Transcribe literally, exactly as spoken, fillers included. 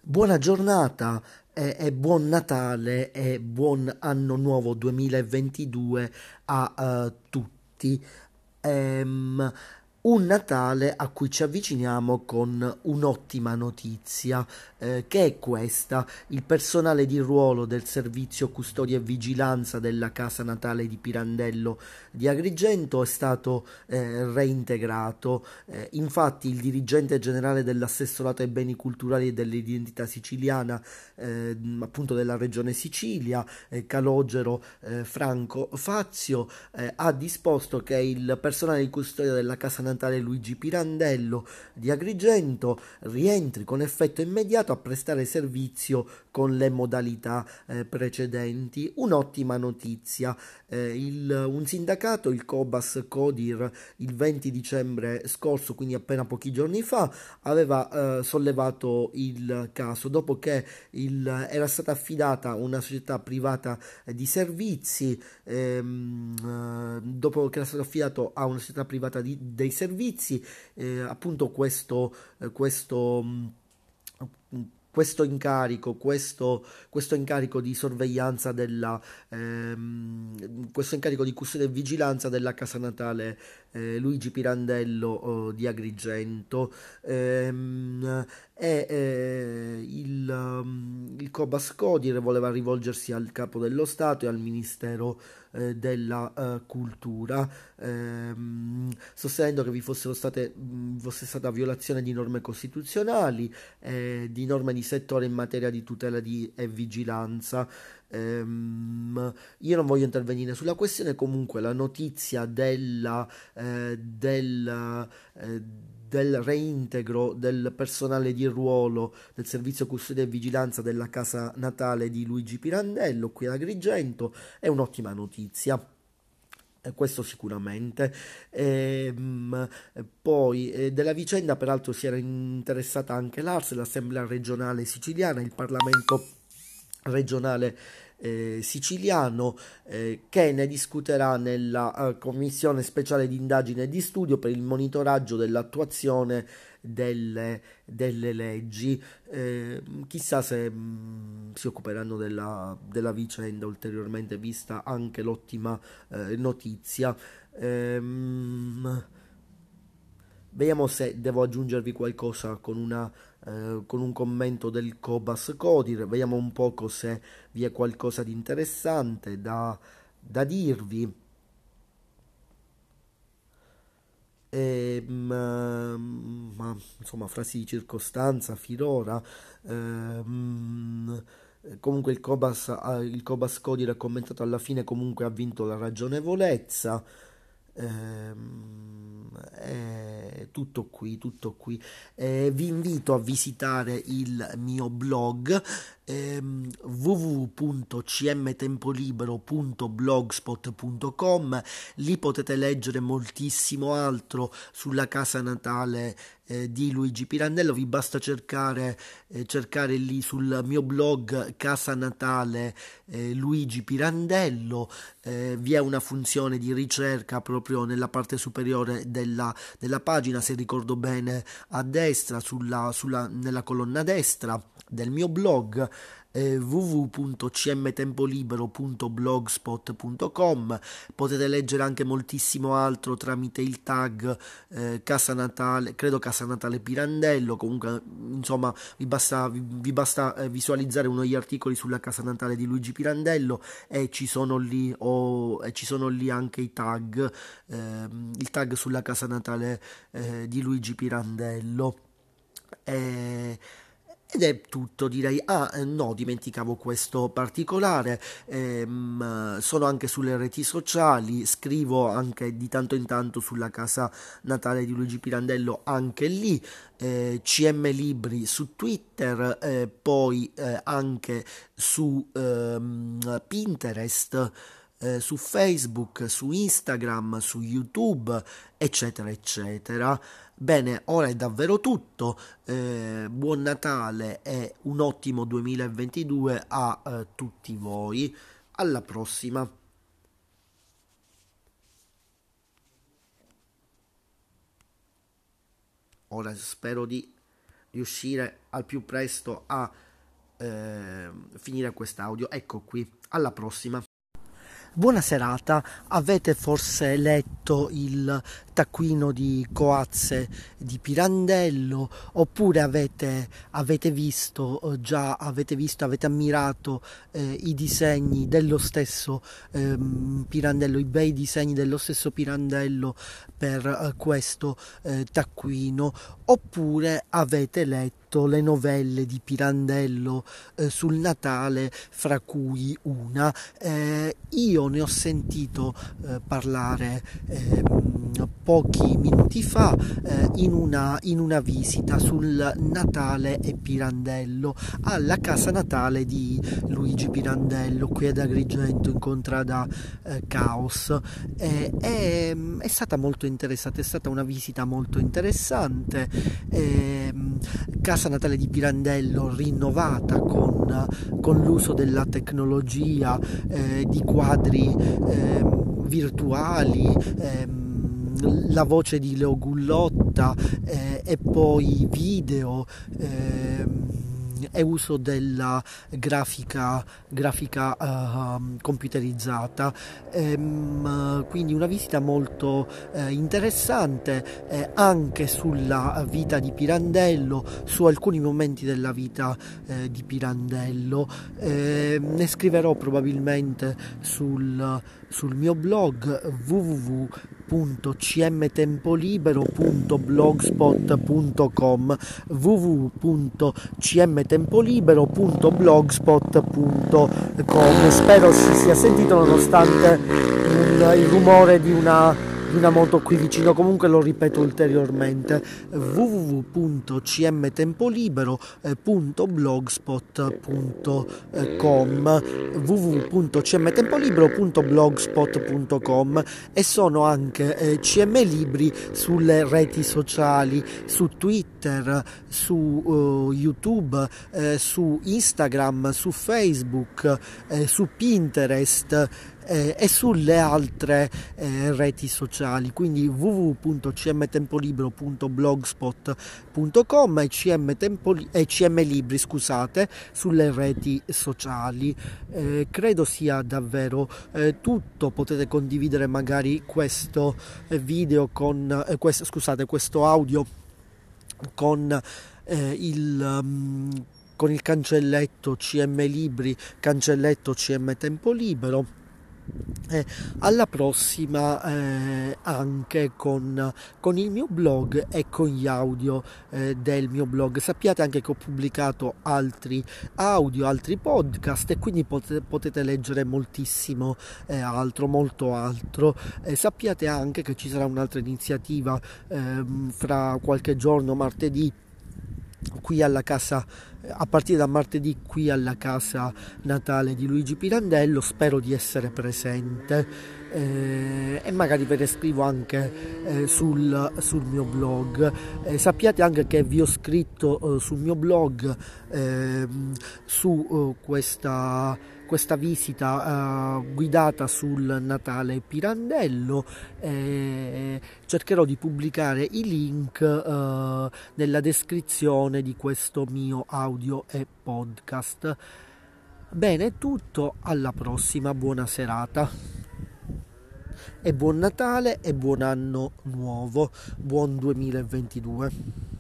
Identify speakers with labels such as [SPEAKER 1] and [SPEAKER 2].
[SPEAKER 1] Buona giornata e, e buon Natale e buon anno nuovo duemilaventidue a eh, tutti. Ehm, un Natale a cui ci avviciniamo con un'ottima notizia, eh, che è questa: il personale di ruolo del servizio custodia e vigilanza della casa natale di Pirandello di Agrigento è stato eh, reintegrato. Eh, infatti il dirigente generale dell'assessorato ai beni culturali e dell'identità siciliana, eh, appunto della regione Sicilia, eh, Calogero eh, Franco Fazio, eh, ha disposto che il personale di custodia della casa natale Luigi Pirandello di Agrigento rientri con effetto immediato a prestare servizio con le modalità eh, precedenti. Un'ottima notizia. Eh, il- un sindacato, il Cobas Codir, il venti dicembre scorso, quindi appena pochi giorni fa, aveva eh, sollevato il caso dopo che il- era stata affidata a una società privata eh, di servizi, ehm, eh, dopo che era stato affidato a una società privata di- dei servizi, eh, appunto questo, eh, questo mh, questo incarico, questo, questo incarico di sorveglianza della, ehm, questo incarico di custodia e vigilanza della casa natale eh, Luigi Pirandello eh, di Agrigento. Ehm, e eh, il, um, il Cobas Codir voleva rivolgersi al capo dello Stato e al Ministero eh, della eh, Cultura, ehm, sostenendo che vi fossero state, mh, fosse stata violazione di norme costituzionali, eh, di norme di settore in materia di tutela di, e vigilanza. Ehm, io non voglio intervenire sulla questione, comunque la notizia della, eh, del, eh, del reintegro del personale di ruolo del servizio custodia e vigilanza della casa natale di Luigi Pirandello qui ad Agrigento è un'ottima notizia. Eh, Questo sicuramente. Ehm, poi eh, della vicenda peraltro si era interessata anche l'A R S, l'Assemblea regionale siciliana, il Parlamento regionale eh, siciliano, eh, che ne discuterà nella eh, commissione speciale di indagine e di studio per il monitoraggio dell'attuazione delle, delle leggi. Eh, chissà se mh, si occuperanno della, della vicenda ulteriormente, vista anche l'ottima eh, notizia. Ehm, Vediamo se devo aggiungervi qualcosa con, una, eh, con un commento del Cobas Codir. Vediamo un poco se vi è qualcosa di interessante da, da dirvi. E, ma, ma, insomma, frasi di circostanza, Firora. ehm, Comunque il Cobas, ha- il Cobas Codir ha commentato alla fine, comunque ha vinto la ragionevolezza. Ehm, è tutto qui, tutto qui. Eh, vi invito a visitare il mio blog, ehm, w w w punto c m tempolibero punto blogspot punto com. Lì potete leggere moltissimo altro sulla casa natale eh, di Luigi Pirandello. Vi basta cercare, eh, cercare lì sul mio blog Casa Natale eh, Luigi Pirandello. Eh, vi è una funzione di ricerca proprio nella parte superiore della, della pagina, se ricordo bene, a destra, sulla, sulla- nella colonna destra del mio blog, eh, w w w punto c m tempolibero punto blogspot punto com. Potete leggere anche moltissimo altro tramite il tag eh, Casa Natale, credo Casa Natale Pirandello. Comunque, insomma, vi basta, vi, vi basta eh, visualizzare uno degli articoli sulla casa natale di Luigi Pirandello e ci sono lì, o, e ci sono lì anche i tag, ehm, il tag sulla casa natale eh, di Luigi Pirandello. E- Ed è tutto, direi. Ah, eh, no, dimenticavo questo particolare. Ehm, sono anche sulle reti sociali, scrivo anche di tanto in tanto sulla casa natale di Luigi Pirandello, anche lì. eh, C M Libri su Twitter, eh, poi eh, anche su ehm, Pinterest, eh, su Facebook, su Instagram, su YouTube, eccetera, eccetera. Bene, ora è davvero tutto. Eh, buon Natale e un ottimo duemilaventidue a eh, tutti voi. Alla prossima. Ora spero di riuscire al più presto a eh, finire quest'audio. Ecco qui, alla prossima. Buona serata, avete forse letto il taccuino di Coazze di Pirandello, oppure avete, avete visto eh, già, avete visto, avete ammirato eh, i disegni dello stesso ehm, Pirandello, i bei disegni dello stesso Pirandello per eh, questo eh, taccuino, oppure avete letto le novelle di Pirandello eh, sul Natale, fra cui una. Eh, io ne ho sentito eh, parlare eh, pochi minuti fa eh, in, una, in una visita sul Natale e Pirandello alla casa natale di Luigi Pirandello qui ad Agrigento in contrada eh, Caos. Eh, è, è stata molto interessante, è stata una visita molto interessante. Eh, casa natale di Pirandello rinnovata con, con l'uso della tecnologia, eh, di quadri eh, virtuali, eh, la voce di Leo Gullotta eh, e poi video eh, e uso della grafica, grafica uh, computerizzata, ehm, quindi una visita molto eh, interessante eh, anche sulla vita di Pirandello, su alcuni momenti della vita eh, di Pirandello. Eh, ne scriverò probabilmente sul, sul mio blog w w w punto c m tempo libero punto blogspot punto com w w w punto c m tempo libero punto blogspot punto com. Spero si sia sentito nonostante il, il rumore di una di una moto qui vicino, comunque lo ripeto ulteriormente: w w w punto c m tempo libero punto blogspot punto com w w w punto c m tempo libero punto blogspot punto com. E sono anche eh, C M Libri sulle reti sociali, su Twitter, su uh, YouTube, eh, su Instagram, su Facebook, eh, su Pinterest eh, e sulle altre eh, reti sociali, quindi w w w punto c m tempo libero punto blogspot punto com e, C M Tempo, e C M Libri, scusate, sulle reti sociali. Eh, credo sia davvero eh, tutto. Potete condividere magari questo video con eh, questo, scusate, questo audio con eh, il um, con il cancelletto C M Libri, cancelletto C M Tempo Libero. Eh, alla prossima eh, anche con, con il mio blog e con gli audio eh, del mio blog. Sappiate anche che ho pubblicato altri audio, altri podcast, e quindi potete, potete leggere moltissimo eh, altro, molto altro. Eh, sappiate anche che ci sarà un'altra iniziativa eh, fra qualche giorno, martedì, qui alla casa, a partire da martedì, qui alla casa natale di Luigi Pirandello. Spero di essere presente eh, e magari ve ne scrivo anche eh, sul, sul mio blog. Eh, sappiate anche che vi ho scritto eh, sul mio blog eh, su eh, questa questa visita uh, guidata sul Natale Pirandello. Eh, cercherò di pubblicare i link uh, nella descrizione di questo mio audio e podcast. Bene, è tutto, alla prossima, buona serata e buon Natale e buon anno nuovo, buon duemilaventidue.